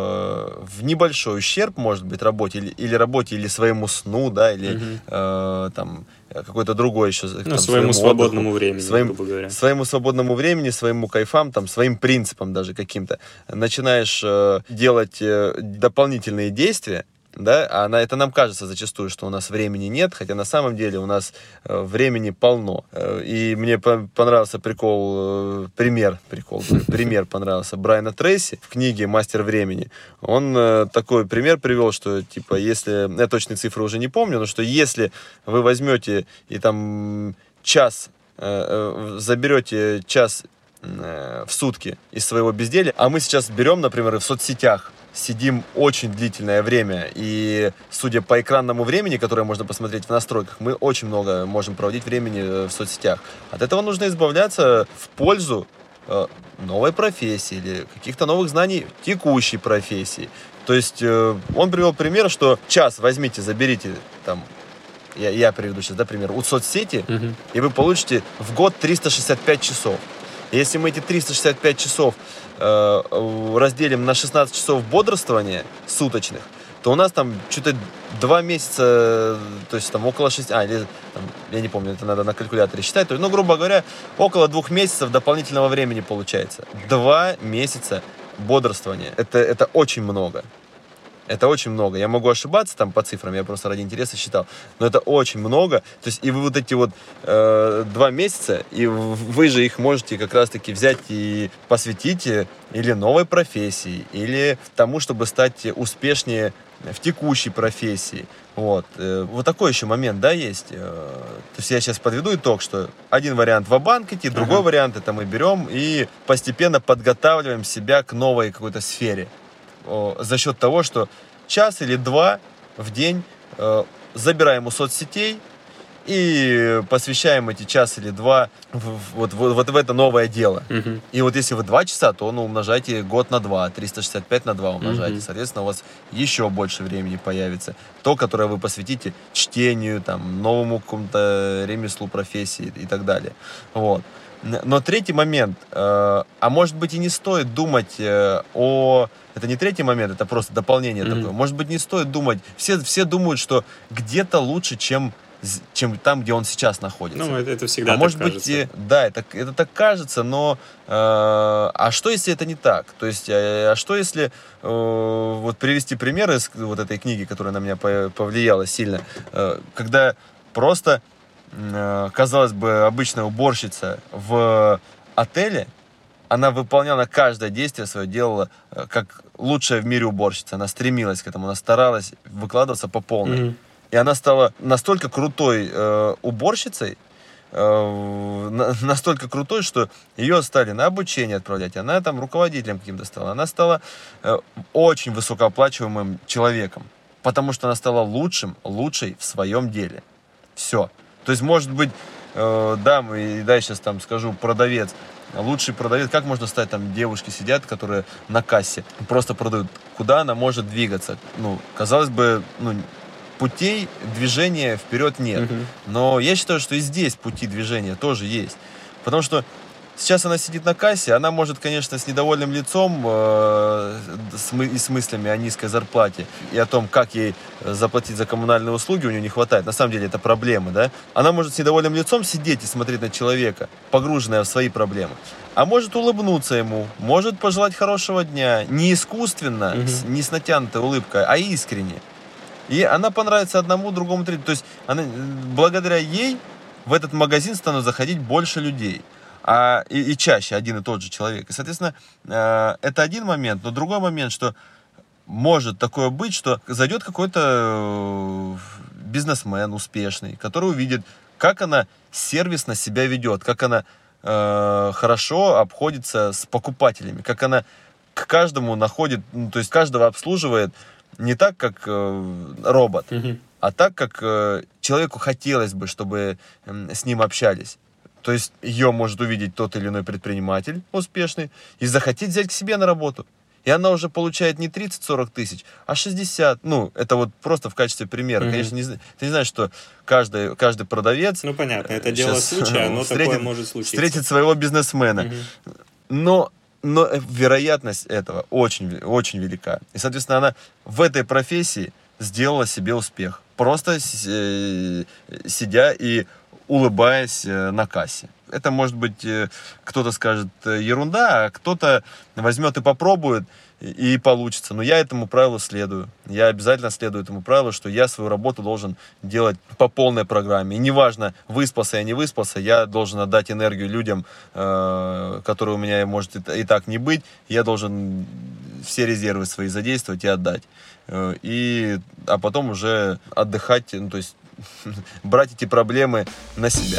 в небольшой ущерб, может быть, работе, или, или работе, или своему сну, да, или mm-hmm. э, там какой-то другой еще... Ну, там, своему свободному отдыху, времени, своим, грубо говоря. Своему свободному времени, своему кайфам, там, своим принципам даже каким-то. Начинаешь э, делать э, дополнительные действия, да, а на это нам кажется зачастую, что у нас времени нет, хотя на самом деле у нас э, времени полно. Э, и мне по- понравился прикол, э, пример, прикол, пример понравился Брайана Трейси в книге «Мастер времени». Он э, такой пример привел, что, типа, если, я точные цифры уже не помню, но что если вы возьмете и там час, э, э, заберете час э, в сутки из своего безделия, а мы сейчас берем, например, и в соцсетях сидим очень длительное время, и судя по экранному времени, которое можно посмотреть в настройках, мы очень много можем проводить времени в соцсетях. От этого нужно избавляться в пользу э, новой профессии или каких-то новых знаний текущей профессии. То есть э, он привел пример, что час возьмите, заберите, там, я, я приведу сейчас, да, пример, у соцсети, uh-huh. и вы получите в год триста шестьдесят пять часов. Если мы эти триста шестьдесят пять часов э, разделим на шестнадцать часов бодрствования суточных, то у нас там что-то два месяца, то есть там около шести, а, или, там, я не помню, это надо на калькуляторе считать, то есть, ну, грубо говоря, около двух месяцев дополнительного времени получается. Два месяца бодрствования. Это, это очень много. Это очень много. Я могу ошибаться там по цифрам, я просто ради интереса считал. Но это очень много. То есть и вы вот эти вот э, два месяца, и вы же их можете как раз-таки взять и посвятить или новой профессии, или тому, чтобы стать успешнее в текущей профессии. Вот. Вот такой еще момент, да, есть. То есть я сейчас подведу итог, что один вариант ва-банк идти, другой ага. вариант это мы берем и постепенно подготавливаем себя к новой какой-то сфере. За счет того, что час или два в день э, забираем у соцсетей и посвящаем эти час или два в, в, вот, в, вот в это новое дело. Uh-huh. И вот если вы два часа, то ну, умножайте год на два, триста шестьдесят пять на два умножайте. Uh-huh. Соответственно, у вас еще больше времени появится. То, которое вы посвятите чтению, там, новому какому-то ремеслу, профессии и так далее. Вот. Но третий момент, э, а может быть и не стоит думать э, о... Это не третий момент, это просто дополнение mm-hmm. такое. Может быть не стоит думать... Все, все думают, что где-то лучше, чем чем там, где он сейчас находится. Ну, это, это всегда а так может кажется. быть, да, это, это так кажется, но э, а что, если это не так? То есть, а, а что, если э, вот привести пример из вот этой книги, которая на меня повлияла сильно, э, когда просто, э, казалось бы, обычная уборщица в отеле, она выполняла каждое действие свое, делала как лучшая в мире уборщица. Она стремилась к этому, она старалась выкладываться по полной. Mm-hmm. И она стала настолько крутой э, уборщицей, э, на, настолько крутой, что ее стали на обучение отправлять. Она там руководителем каким-то стала. Она стала э, очень высокооплачиваемым человеком, потому что она стала лучшим, лучшей в своем деле. Все. То есть, может быть, э, да, и да, я сейчас там скажу, продавец, лучший продавец, как можно стать, там девушки сидят, которые на кассе просто продают, куда она может двигаться. Ну, казалось бы, ну, путей движения вперед нет. Uh-huh. Но я считаю, что и здесь пути движения тоже есть. Потому что сейчас она сидит на кассе, она может, конечно, с недовольным лицом э, с мы, и с мыслями о низкой зарплате и о том, как ей заплатить за коммунальные услуги, у нее не хватает. На самом деле это проблемы, да? Она может с недовольным лицом сидеть и смотреть на человека, погруженная в свои проблемы. А может улыбнуться ему, может пожелать хорошего дня, не искусственно, uh-huh. с, не с натянутой улыбкой, а искренне. И она понравится одному, другому, третьему. То есть она, благодаря ей в этот магазин станут заходить больше людей. А, и, и чаще один и тот же человек. И, соответственно, э, это один момент. Но другой момент, что может такое быть, что зайдет какой-то бизнесмен успешный, который увидит, как она сервисно себя ведет, как она э, хорошо обходится с покупателями, как она к каждому находит, ну, то есть каждого обслуживает не так, как э, робот, mm-hmm. а так, как э, человеку хотелось бы, чтобы э, с ним общались. То есть ее может увидеть тот или иной предприниматель успешный и захотеть взять к себе на работу. И она уже получает не тридцать-сорок тысяч, а шестьдесят. Ну, это вот просто в качестве примера. Mm-hmm. Конечно, не, ты не знаешь, что каждый, каждый продавец... Ну, понятно, это дело случая, но встретит, такое может случиться. Встретит своего бизнесмена. Mm-hmm. Но, но вероятность этого очень, очень велика. И, соответственно, она в этой профессии сделала себе успех. Просто сидя и улыбаясь на кассе. Это, может быть, кто-то скажет ерунда, а кто-то возьмет и попробует, и получится. Но я этому правилу следую. Я обязательно следую этому правилу, что я свою работу должен делать по полной программе. И неважно, выспался я, не выспался, я должен отдать энергию людям, которые у меня может и так не быть. Я должен все резервы свои задействовать и отдать. И, а потом уже отдыхать, ну, то есть брать эти проблемы на себя.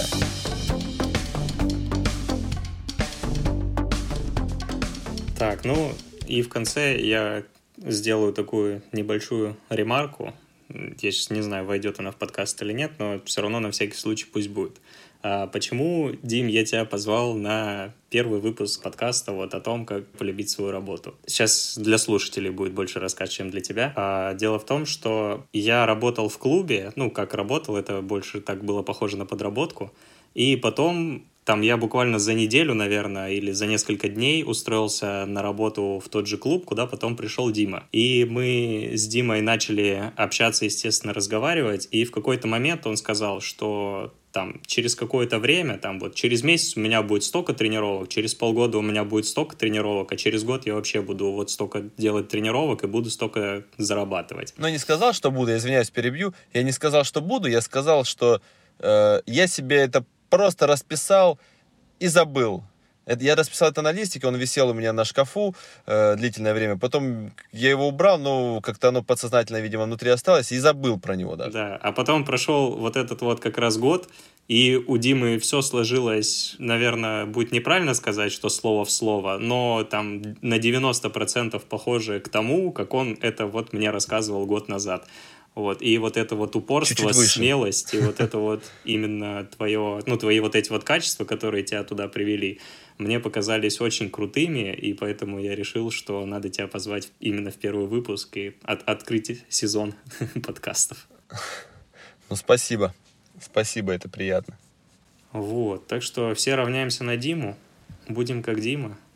Так, ну и в конце я сделаю такую небольшую ремарку. Я сейчас не знаю, войдет она в подкаст или нет, но все равно на всякий случай пусть будет. А почему, Дим, я тебя позвал на первый выпуск подкаста вот о том, как полюбить свою работу? Сейчас для слушателей будет больше рассказ, чем для тебя. А дело в том, что я работал в клубе, ну, как работал, это больше так было похоже на подработку, и потом... Там я буквально за неделю, наверное, или за несколько дней устроился на работу в тот же клуб, куда потом пришел Дима. И мы с Димой начали общаться, естественно, разговаривать, и в какой-то момент он сказал, что там через какое-то время, там вот через месяц у меня будет столько тренировок, через полгода у меня будет столько тренировок, а через год я вообще буду вот столько делать тренировок и буду столько зарабатывать. Но не сказал, что буду, я извиняюсь, перебью. Я не сказал, что буду, я сказал, что э, я себе это просто расписал и забыл. Это, я расписал это на листике, он висел у меня на шкафу э, длительное время. Потом я его убрал, но как-то оно подсознательно, видимо, внутри осталось, и забыл про него даже. Да, а потом прошел вот этот вот как раз год, и у Димы все сложилось, наверное, будет неправильно сказать, что слово в слово, но там на девяносто процентов похоже к тому, как он это вот мне рассказывал год назад. Вот, и вот это вот упорство, смелость, и вот это вот именно твое, ну, твои вот эти вот качества, которые тебя туда привели, мне показались очень крутыми, и поэтому я решил, что надо тебя позвать именно в первый выпуск и от- открыть сезон подкастов. Ну, спасибо. Спасибо, это приятно. Вот, так что все равняемся на Диму, будем как Дима.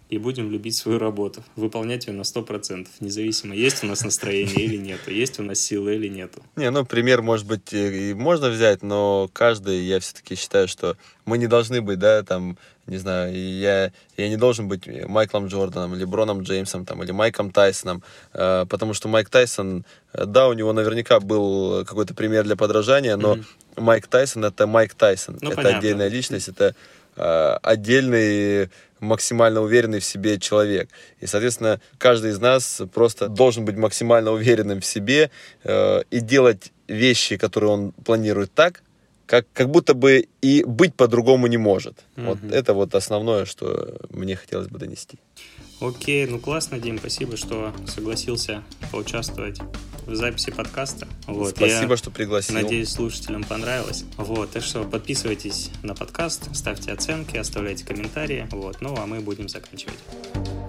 и будем любить свою работу, выполнять ее на сто процентов, независимо, есть у нас настроение или нет, есть у нас силы или нету. Не, ну, пример, может быть, и можно взять, но каждый, я все-таки считаю, что мы не должны быть, да, там, не знаю, я, я не должен быть Майклом Джорданом, Леброном Джеймсом, там, или Майком Тайсоном, э, потому что Майк Тайсон, да, у него наверняка был какой-то пример для подражания, но mm-hmm. Майк Тайсон — это Майк Тайсон, ну, это понятно. Отдельная личность, это э, отдельный, максимально уверенный в себе человек. И, соответственно, каждый из нас просто должен быть максимально уверенным в себе э, и делать вещи, которые он планирует, так, как, как будто бы и быть по-другому не может. Mm-hmm. Вот это вот основное, что мне хотелось бы донести. Окей, ну классно, Дим, спасибо, что согласился поучаствовать в записи подкаста. Вот, спасибо, что пригласил. Надеюсь, слушателям понравилось. Вот, так что подписывайтесь на подкаст, ставьте оценки, оставляйте комментарии. Вот, ну а мы будем заканчивать.